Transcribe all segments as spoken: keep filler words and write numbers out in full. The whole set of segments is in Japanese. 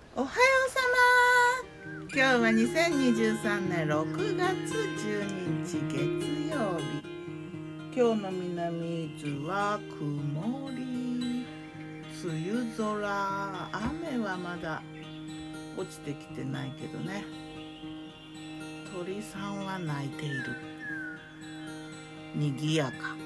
おはようさま。今日はにせんにじゅうさんねんろくがつじゅうににち月曜日。今日の南伊豆は曇り、梅雨空、雨はまだ落ちてきてないけどね。鳥さんは鳴いている。にぎやか。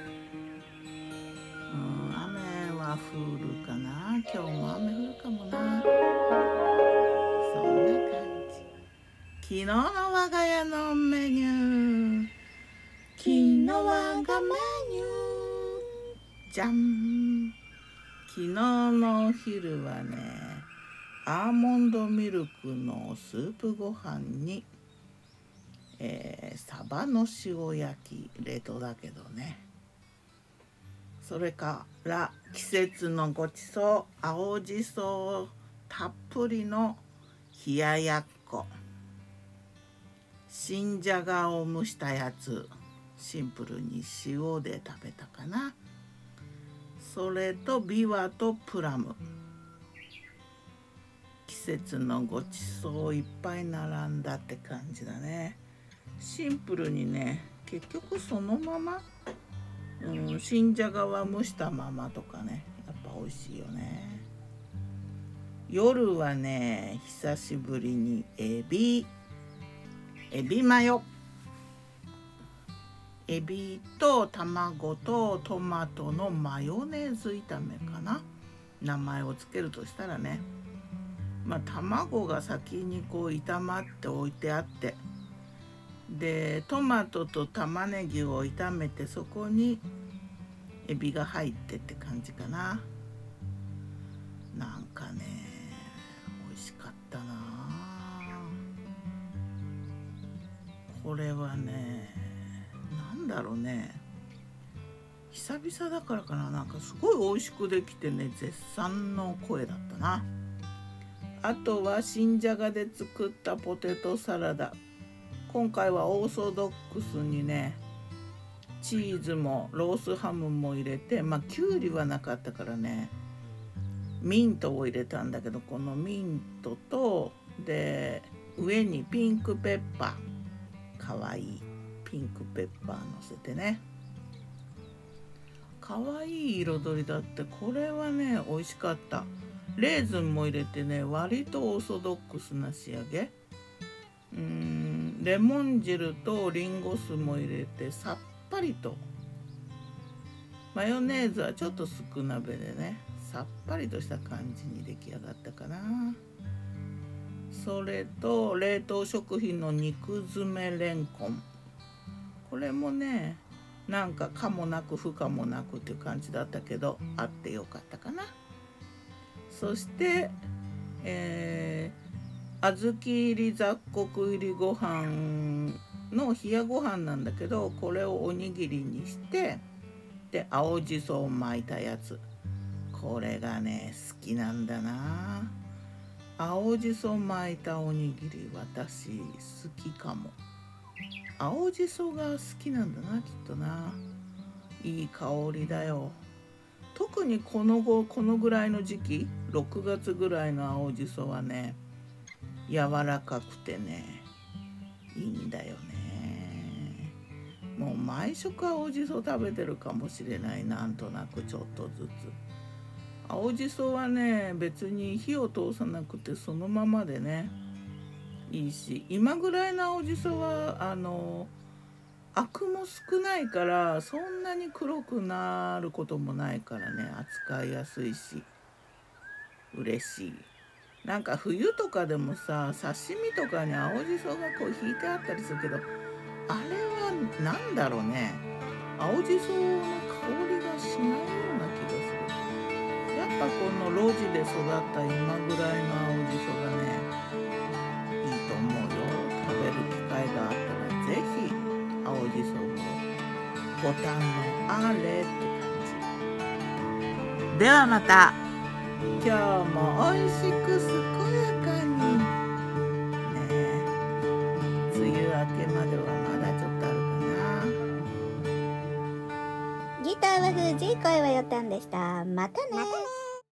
うん、雨は降るかな。今日も雨降るかもな。そんな感じ。昨日の我が家のメニュー。昨日我がメニュー。じゃん。昨日のお昼はね、アーモンドミルクのスープご飯に、えー、サバの塩焼き、冷凍だけどね。それから季節のごちそう、青じそたっぷりの冷ややっこ、新じゃがを蒸したやつ、シンプルに塩で食べたかな。それとビワとプラム。季節のごちそういっぱい並んだって感じだね。シンプルにね、結局そのまま、うん、新じゃがは蒸したままとかね、やっぱ美味しいよね。夜はね、久しぶりにエビエビマヨ、エビと卵とトマトのマヨネーズ炒めかな。名前をつけるとしたらね、まあ卵が先にこう炒まって置いてあって、でトマトと玉ねぎを炒めて、そこにエビが入ってって感じかな。なんかね、美味しかったな。これはね、なんだろうね、久々だからかな、なんかすごい美味しくできてね、絶賛の声だったな。あとは新じゃがで作ったポテトサラダ。今回はオーソドックスにね、チーズもロースハムも入れて、まあきゅうりはなかったからね、ミントを入れたんだけど、このミントとで上にピンクペッパー、かわいいピンクペッパーのせてね、かわいい彩りだって。これはね美味しかった。レーズンも入れてね、割とオーソドックスな仕上げ。うーんレモン汁とリンゴ酢も入れてさっぱりと。マヨネーズはちょっと少なめでね、さっぱりとした感じに出来上がったかな。それと冷凍食品の肉詰めレンコン、これもね、なんか可もなく不可もなくっていう感じだったけど、あってよかったかな。そして、えー、小豆入り雑穀入りご飯の冷やご飯なんだけど、これをおにぎりにして、で青じそを巻いたやつ、これがね好きなんだな。青じそ巻いたおにぎり、私好きかも。青じそが好きなんだな、きっとな。いい香りだよ。特にこの後このぐらいの時期、ろくがつぐらいの青じそはね、柔らかくてね、いいんだよね。もう毎食青じそ食べてるかもしれない、なんとなくちょっとずつ。青じそはね、別に火を通さなくてそのままでねいいし、今ぐらいの青じそはあのアクも少ないから、そんなに黒くなることもないからね、扱いやすいし嬉しい。なんか冬とかでもさ、刺身とかに青じそがこう引いてあったりするけど、あれはなんだろうね、青じその香りがしないような気がする。やっぱこの路地で育った今ぐらいの青じそがね、いいと思うよ。食べる機会があったらぜひ青じそをボタンのあれって感じ。ではまた。今日も美味しく健やかにね。梅雨明けまではまだちょっとあるかな。 ギターは藤井、声はよたんでした。またね。